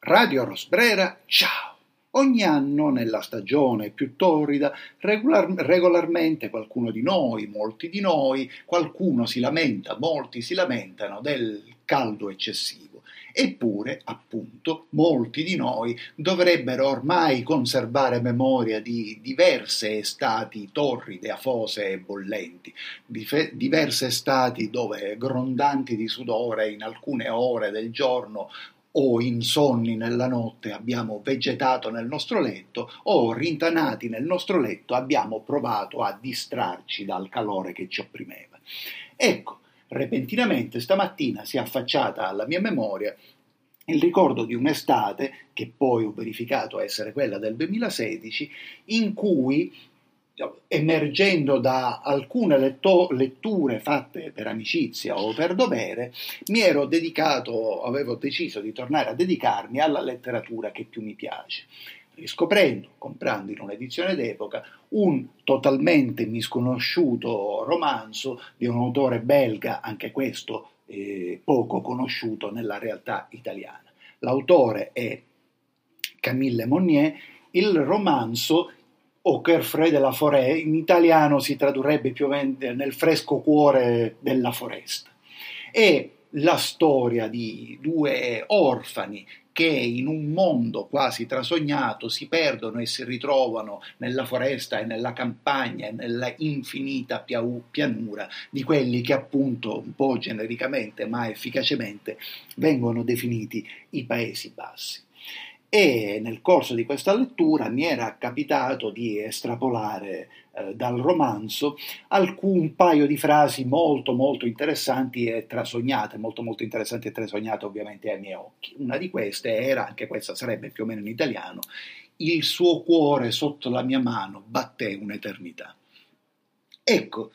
Radio Rosbrera, ciao! Ogni anno, nella stagione più torrida, regolarmente qualcuno di noi, molti di noi, qualcuno si lamenta, molti si lamentano del caldo eccessivo. Eppure, appunto, molti di noi dovrebbero ormai conservare memoria di diverse estati torride, afose e bollenti, diverse estati dove, grondanti di sudore in alcune ore del giorno, o insonni nella notte abbiamo vegetato nel nostro letto, o rintanati nel nostro letto abbiamo provato a distrarci dal calore che ci opprimeva. Ecco, repentinamente stamattina si è affacciata alla mia memoria il ricordo di un'estate, che poi ho verificato essere quella del 2016, in cui, emergendo da alcune letture fatte per amicizia o per dovere, avevo deciso di tornare a dedicarmi alla letteratura che più mi piace, riscoprendo, comprando in un'edizione d'epoca, un totalmente misconosciuto romanzo di un autore belga, anche questo poco conosciuto nella realtà italiana. L'autore è Camille Monnier, il romanzo Au cœur frais de la forêt, in italiano si tradurrebbe più o meno nel fresco cuore della foresta. È la storia di due orfani che in un mondo quasi trasognato si perdono e si ritrovano nella foresta e nella campagna e nella infinita pianura di quelli che appunto un po' genericamente ma efficacemente vengono definiti i Paesi Bassi. E nel corso di questa lettura mi era capitato di estrapolare dal romanzo un paio di frasi molto molto interessanti e trasognate, molto interessanti e trasognate ovviamente ai miei occhi. Una di queste era, anche questa sarebbe più o meno in italiano: il suo cuore sotto la mia mano batté un'eternità. Ecco,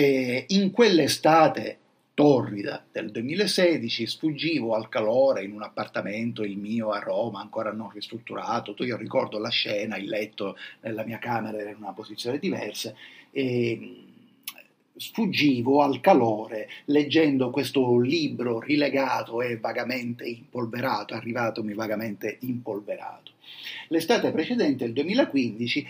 in quell'estate torrida del 2016 sfuggivo al calore in un appartamento, il mio a Roma, ancora non ristrutturato. Io ricordo la scena, il letto nella mia camera era in una posizione diversa, e sfuggivo al calore leggendo questo libro rilegato e vagamente impolverato, arrivatomi vagamente impolverato. L'estate precedente, il 2015,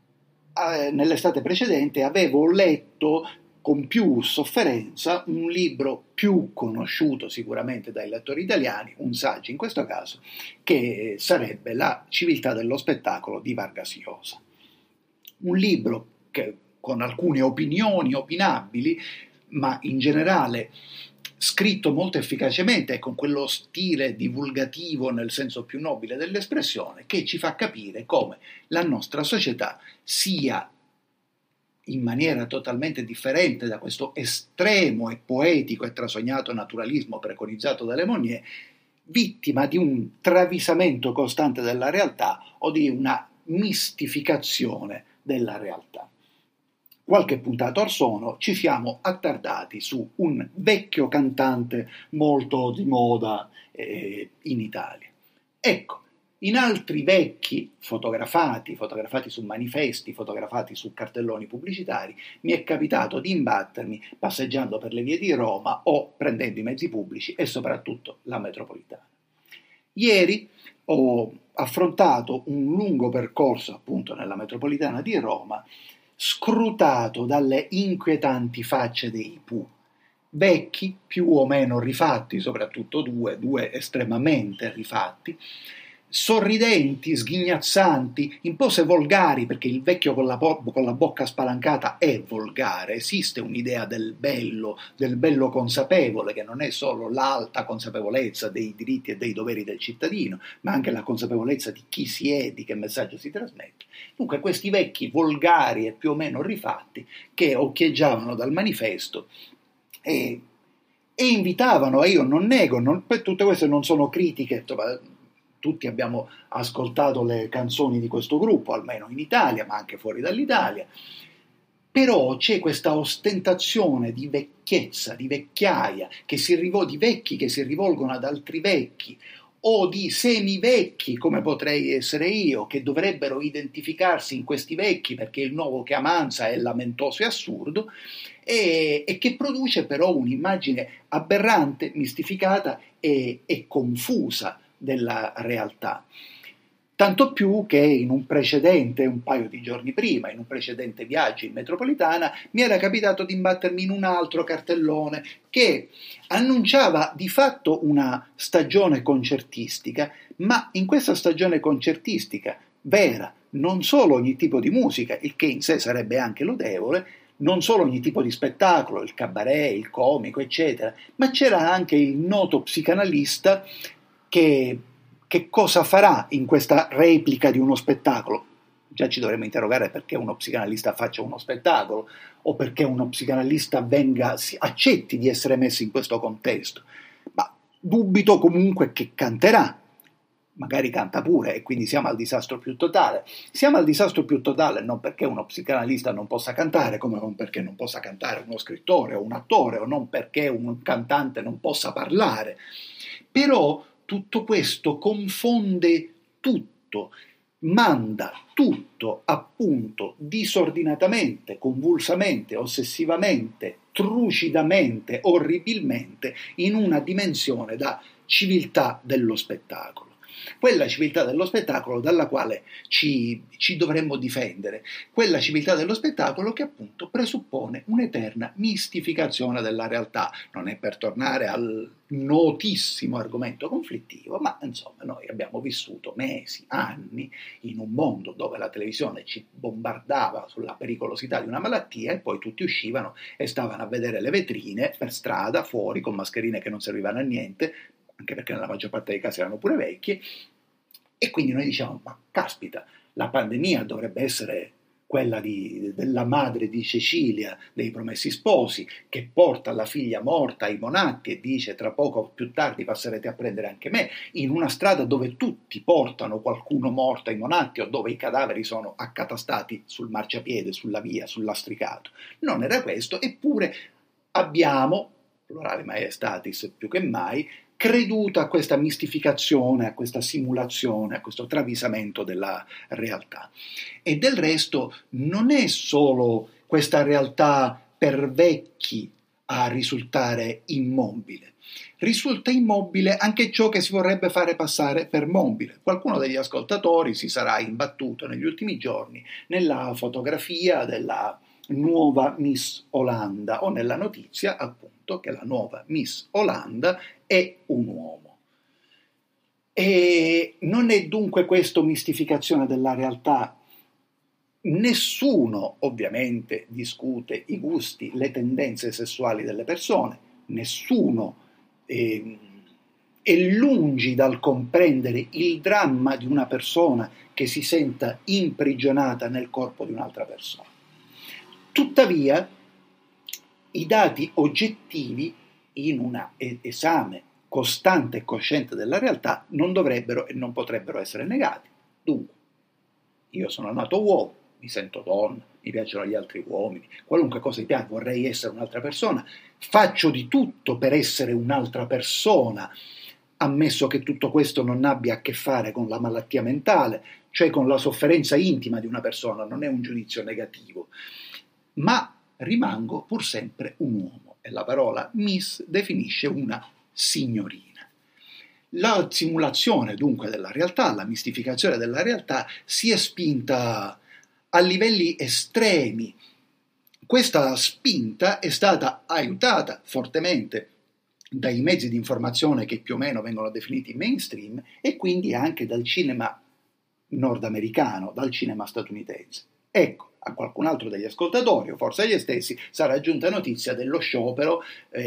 nell'estate precedente avevo letto con più sofferenza un libro più conosciuto sicuramente dai lettori italiani, un saggio in questo caso, che sarebbe La civiltà dello spettacolo di Vargas Llosa. Un libro che, con alcune opinioni opinabili, ma in generale scritto molto efficacemente e con quello stile divulgativo nel senso più nobile dell'espressione, che ci fa capire come la nostra società sia, in maniera totalmente differente da questo estremo e poetico e trasognato naturalismo preconizzato dalle Monnier, vittima di un travisamento costante della realtà o di una mistificazione della realtà. Qualche puntata or sono ci siamo attardati su un vecchio cantante molto di moda in Italia. Ecco, in altri vecchi fotografati su manifesti, fotografati su cartelloni pubblicitari, mi è capitato di imbattermi passeggiando per le vie di Roma o prendendo i mezzi pubblici e soprattutto la metropolitana. Ieri ho affrontato un lungo percorso appunto nella metropolitana di Roma, scrutato dalle inquietanti facce dei Pooh, vecchi più o meno rifatti, soprattutto due estremamente rifatti, sorridenti, sghignazzanti, in pose volgari, perché il vecchio con la bocca spalancata è volgare. Esiste un'idea del bello consapevole, che non è solo l'alta consapevolezza dei diritti e dei doveri del cittadino, ma anche la consapevolezza di chi si è, di che messaggio si trasmette. Dunque questi vecchi volgari e più o meno rifatti che occhieggiavano dal manifesto e invitavano, e io non nego, tutte queste non sono critiche, tutti abbiamo ascoltato le canzoni di questo gruppo, almeno in Italia, ma anche fuori dall'Italia, però c'è questa ostentazione di vecchiezza, di vecchiaia, di vecchi che si rivolgono ad altri vecchi, o di semivecchi, come potrei essere io, che dovrebbero identificarsi in questi vecchi perché il nuovo che amanza è lamentoso e assurdo, e che produce però un'immagine aberrante, mistificata e confusa della realtà. Tanto più che in un precedente, un paio di giorni prima, in un precedente viaggio in metropolitana, mi era capitato di imbattermi in un altro cartellone che annunciava di fatto una stagione concertistica, ma in questa stagione concertistica vera, non solo ogni tipo di musica, il che in sé sarebbe anche lodevole, non solo ogni tipo di spettacolo, il cabaret, il comico, eccetera, ma c'era anche il noto psicanalista che cosa farà in questa replica di uno spettacolo. Già ci dovremmo interrogare perché uno psicanalista faccia uno spettacolo o perché uno psicanalista accetti di essere messo in questo contesto. Ma dubito comunque che canterà. Magari canta pure e quindi siamo al disastro più totale. Siamo al disastro più totale non perché uno psicanalista non possa cantare, come non perché non possa cantare uno scrittore o un attore, o non perché un cantante non possa parlare. Però tutto questo confonde tutto, manda tutto appunto disordinatamente, convulsamente, ossessivamente, trucidamente, orribilmente in una dimensione da civiltà dello spettacolo. Quella civiltà dello spettacolo dalla quale ci dovremmo difendere, quella civiltà dello spettacolo che appunto presuppone un'eterna mistificazione della realtà. Non è per tornare al notissimo argomento conflittivo, ma insomma noi abbiamo vissuto mesi, anni in un mondo dove la televisione ci bombardava sulla pericolosità di una malattia e poi tutti uscivano e stavano a vedere le vetrine per strada, fuori, con mascherine che non servivano a niente, anche perché nella maggior parte dei casi erano pure vecchie, e quindi noi diciamo, ma caspita, la pandemia dovrebbe essere quella della madre di Cecilia, dei Promessi Sposi, che porta la figlia morta ai Monatti e dice tra poco o più tardi passerete a prendere anche me, in una strada dove tutti portano qualcuno morto ai Monatti o dove i cadaveri sono accatastati sul marciapiede, sulla via, sul lastricato. Non era questo, eppure abbiamo, plurale maestatis più che mai, creduto a questa mistificazione, a questa simulazione, a questo travisamento della realtà. E del resto non è solo questa realtà per vecchi a risultare immobile. Risulta immobile anche ciò che si vorrebbe fare passare per mobile. Qualcuno degli ascoltatori si sarà imbattuto negli ultimi giorni nella fotografia della nuova Miss Olanda o nella notizia appunto che la nuova Miss Olanda è un uomo. E non è dunque questo mistificazione della realtà. Nessuno ovviamente discute i gusti, le tendenze sessuali delle persone, nessuno è lungi dal comprendere il dramma di una persona che si senta imprigionata nel corpo di un'altra persona. Tuttavia, i dati oggettivi in un esame costante e cosciente della realtà non dovrebbero e non potrebbero essere negati. Dunque, io sono nato uomo, mi sento donna, mi piacciono gli altri uomini, qualunque cosa mi piace, vorrei essere un'altra persona, faccio di tutto per essere un'altra persona, ammesso che tutto questo non abbia a che fare con la malattia mentale, cioè con la sofferenza intima di una persona, non è un giudizio negativo. Ma rimango pur sempre un uomo e la parola Miss definisce una signorina. La simulazione dunque della realtà, la mistificazione della realtà si è spinta a livelli estremi. Questa spinta è stata aiutata fortemente dai mezzi di informazione che più o meno vengono definiti mainstream e quindi anche dal cinema nordamericano, dal cinema statunitense. Ecco, a qualcun altro degli ascoltatori, o forse agli stessi, sarà giunta notizia dello sciopero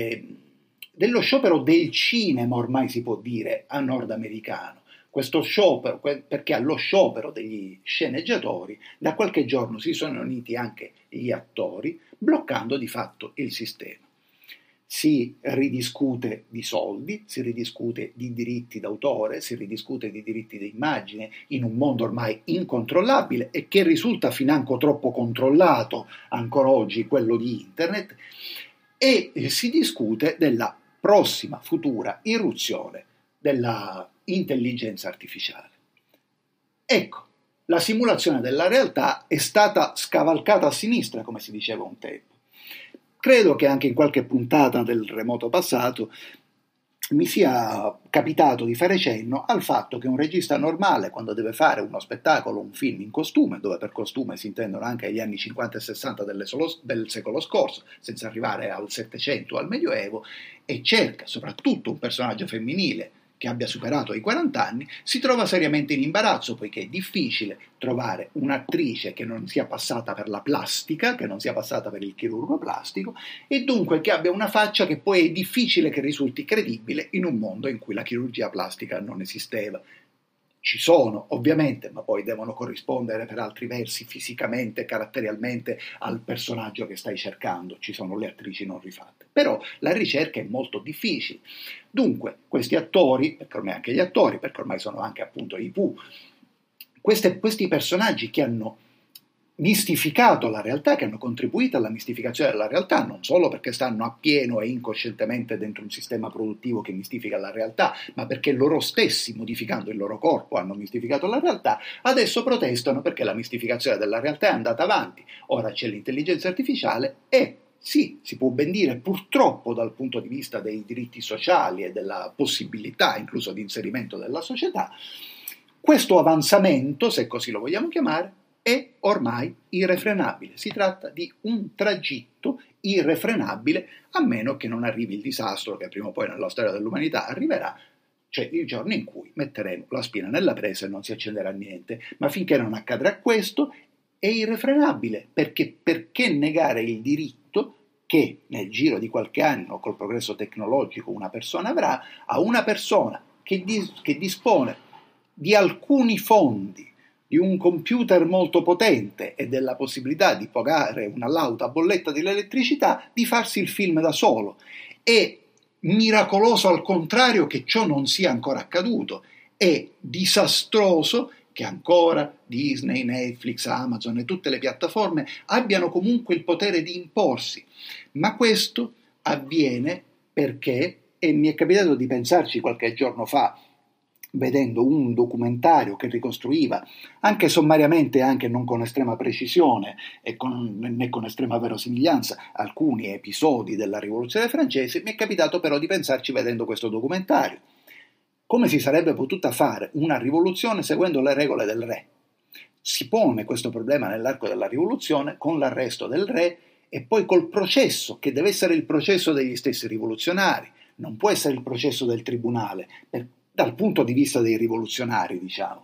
del cinema, ormai si può dire, a nordamericano. Questo sciopero, perché allo sciopero degli sceneggiatori da qualche giorno si sono uniti anche gli attori, bloccando di fatto il sistema. Si ridiscute di soldi, si ridiscute di diritti d'autore, si ridiscute di diritti di immagine in un mondo ormai incontrollabile e che risulta financo troppo controllato ancora oggi, quello di internet, e si discute della prossima futura irruzione della intelligenza artificiale. Ecco, la simulazione della realtà è stata scavalcata a sinistra, come si diceva un tempo. Credo che anche in qualche puntata del remoto passato mi sia capitato di fare cenno al fatto che un regista normale, quando deve fare uno spettacolo, un film in costume, dove per costume si intendono anche gli anni 50 e 60 del secolo scorso, senza arrivare al Settecento o al Medioevo, e cerca soprattutto un personaggio femminile che abbia superato i 40 anni, si trova seriamente in imbarazzo, poiché è difficile trovare un'attrice che non sia passata per la plastica, che non sia passata per il chirurgo plastico, e dunque che abbia una faccia che poi è difficile che risulti credibile in un mondo in cui la chirurgia plastica non esisteva. Ci sono, ovviamente, ma poi devono corrispondere per altri versi fisicamente, caratterialmente al personaggio che stai cercando. Ci sono le attrici non rifatte. Però la ricerca è molto difficile. Dunque, questi attori, perché ormai anche gli attori, perché ormai sono anche appunto i Pooh, questi personaggi che hanno mistificato la realtà, che hanno contribuito alla mistificazione della realtà, non solo perché stanno appieno e incoscientemente dentro un sistema produttivo che mistifica la realtà, ma perché loro stessi, modificando il loro corpo, hanno mistificato la realtà, adesso protestano perché la mistificazione della realtà è andata avanti. Ora c'è l'intelligenza artificiale e sì, si può ben dire, purtroppo dal punto di vista dei diritti sociali e della possibilità incluso di inserimento della società, questo avanzamento, se così lo vogliamo chiamare, è ormai irrefrenabile. Si tratta di un tragitto irrefrenabile, a meno che non arrivi il disastro che prima o poi nella storia dell'umanità arriverà, cioè il giorno in cui metteremo la spina nella presa e non si accenderà niente. Ma finché non accadrà questo è irrefrenabile, perché negare il diritto che nel giro di qualche anno col progresso tecnologico una persona avrà a una persona che dispone di alcuni fondi, di un computer molto potente e della possibilità di pagare una lauta bolletta dell'elettricità, di farsi il film da solo. È miracoloso al contrario che ciò non sia ancora accaduto. È disastroso che ancora Disney, Netflix, Amazon e tutte le piattaforme abbiano comunque il potere di imporsi. Ma questo avviene perché, e mi è capitato di pensarci qualche giorno fa, vedendo un documentario che ricostruiva anche sommariamente, anche non con estrema precisione né con estrema verosimiglianza, alcuni episodi della Rivoluzione francese, mi è capitato però di pensarci vedendo questo documentario. Come si sarebbe potuta fare una rivoluzione seguendo le regole del re? Si pone questo problema nell'arco della rivoluzione con l'arresto del re e poi col processo, che deve essere il processo degli stessi rivoluzionari, non può essere il processo del tribunale, dal punto di vista dei rivoluzionari, diciamo,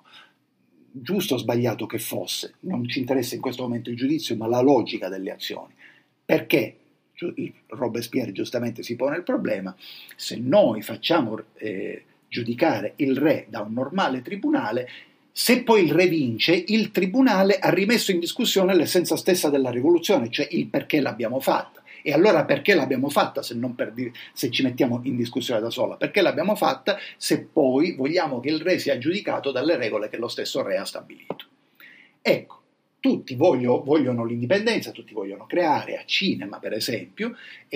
giusto o sbagliato che fosse, non ci interessa in questo momento il giudizio, ma la logica delle azioni. Perché Robespierre giustamente si pone il problema: se noi facciamo giudicare il re da un normale tribunale, se poi il re vince, il tribunale ha rimesso in discussione l'essenza stessa della rivoluzione, cioè il perché l'abbiamo fatta. E allora perché l'abbiamo fatta se ci mettiamo in discussione da sola? Perché l'abbiamo fatta se poi vogliamo che il re sia giudicato dalle regole che lo stesso re ha stabilito? Ecco, tutti vogliono l'indipendenza, tutti vogliono creare a cinema, per esempio,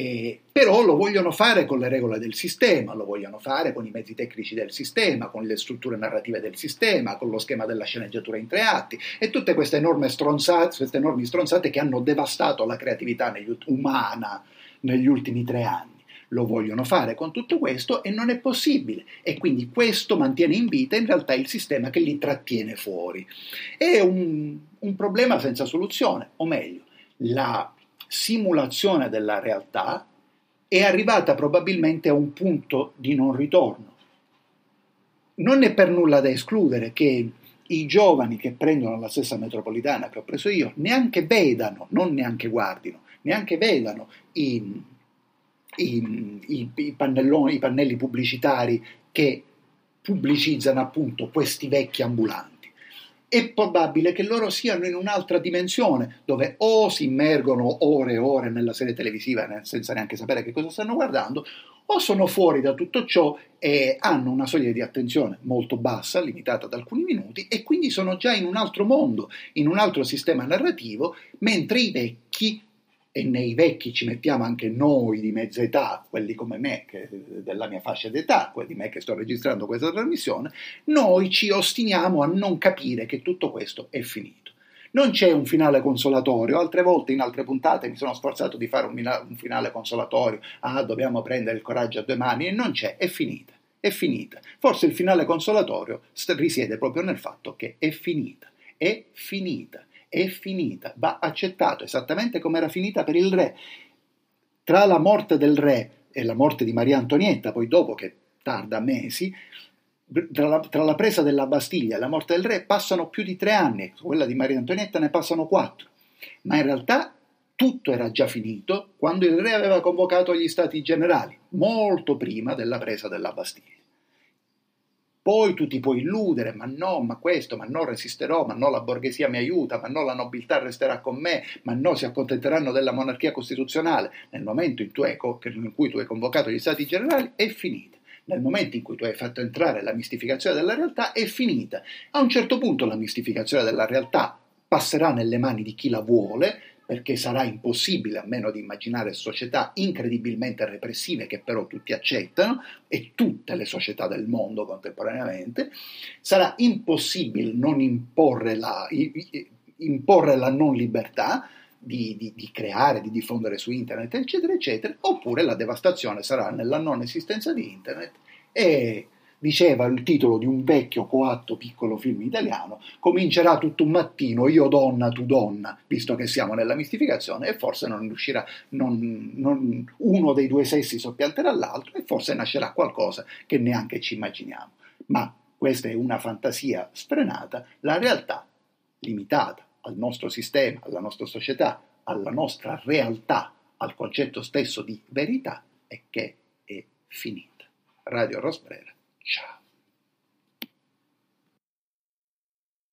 però lo vogliono fare con le regole del sistema, lo vogliono fare con i mezzi tecnici del sistema, con le strutture narrative del sistema, con lo schema della sceneggiatura in 3 atti e tutte queste enormi stronzate che hanno devastato la creatività umana negli ultimi 3 anni. Lo vogliono fare con tutto questo e non è possibile, e quindi questo mantiene in vita in realtà il sistema che li trattiene fuori. È un problema senza soluzione, o meglio, la simulazione della realtà è arrivata probabilmente a un punto di non ritorno. Non è per nulla da escludere che i giovani che prendono la stessa metropolitana che ho preso io neanche vedano, non neanche guardino, neanche vedano i pannelli pubblicitari che pubblicizzano appunto questi vecchi ambulanti. È probabile che loro siano in un'altra dimensione, dove o si immergono ore e ore nella serie televisiva senza neanche sapere che cosa stanno guardando, o sono fuori da tutto ciò e hanno una soglia di attenzione molto bassa, limitata ad alcuni minuti, e quindi sono già in un altro mondo, in un altro sistema narrativo, mentre i vecchi, e nei vecchi ci mettiamo anche noi di mezza età, quelli come me, della mia fascia d'età, quelli di me che sto registrando questa trasmissione, noi ci ostiniamo a non capire che tutto questo è finito. Non c'è un finale consolatorio, altre volte in altre puntate mi sono sforzato di fare un finale consolatorio, dobbiamo prendere il coraggio a due mani, e non c'è, è finita, è finita. Forse il finale consolatorio risiede proprio nel fatto che è finita, è finita, è finita, va accettato esattamente come era finita per il re. Tra la morte del re e la morte di Maria Antonietta, poi dopo che tarda mesi, tra la presa della Bastiglia e la morte del re passano più di 3 anni, quella di Maria Antonietta ne passano 4, ma in realtà tutto era già finito quando il re aveva convocato gli stati generali, molto prima della presa della Bastiglia. Poi tu ti puoi illudere, ma no, ma questo, ma no, resisterò, ma no, la borghesia mi aiuta, ma no, la nobiltà resterà con me, ma no, si accontenteranno della monarchia costituzionale. Nel momento in cui tu hai convocato gli stati generali è finita. Nel momento in cui tu hai fatto entrare la mistificazione della realtà è finita. A un certo punto la mistificazione della realtà passerà nelle mani di chi la vuole, perché sarà impossibile, a meno di immaginare società incredibilmente repressive che però tutti accettano, e tutte le società del mondo contemporaneamente, sarà impossibile non imporre la non libertà di creare, di diffondere su internet, eccetera, eccetera, oppure la devastazione sarà nella non esistenza di internet. E diceva il titolo di un vecchio coatto piccolo film italiano, comincerà tutto un mattino, io donna, tu donna, visto che siamo nella mistificazione, e forse non riuscirà, uno dei due sessi soppianterà l'altro, e forse nascerà qualcosa che neanche ci immaginiamo. Ma questa è una fantasia sfrenata, la realtà, limitata al nostro sistema, alla nostra società, alla nostra realtà, al concetto stesso di verità, è che è finita. Radio Rosbrera. Ciao.